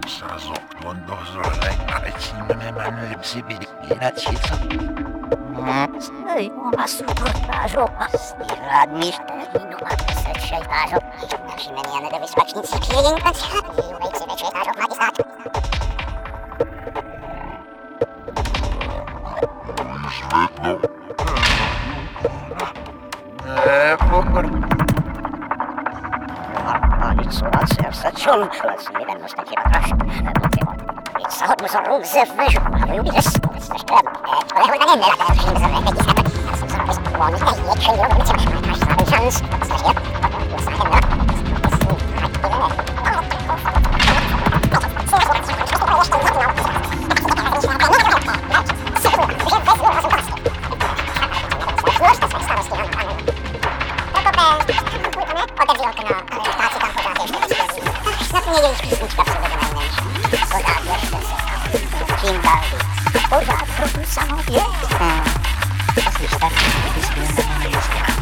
Sazo, gondozolaj, címeme manlipsi vidíračica. Sei uma suportážo, stíradníš termínu a sečejtážo. Naši meniane do vysvačnici kvědění panciát, vývejci večejtážo magistát. Světlo. Valitsuvat sersačun, lesmiden musta kivatraš. Itsahot musa rumsefvežu, juudis, muistashtem. Ole hulta nemmellä täällä siinä rekissä. Sarvis, luonut ei lieksen juurumit sen aikaas saavin chans. Stasjat, jossa hennä. Pořád trochu samověd. Poslyš tak, když byl na mě jistě.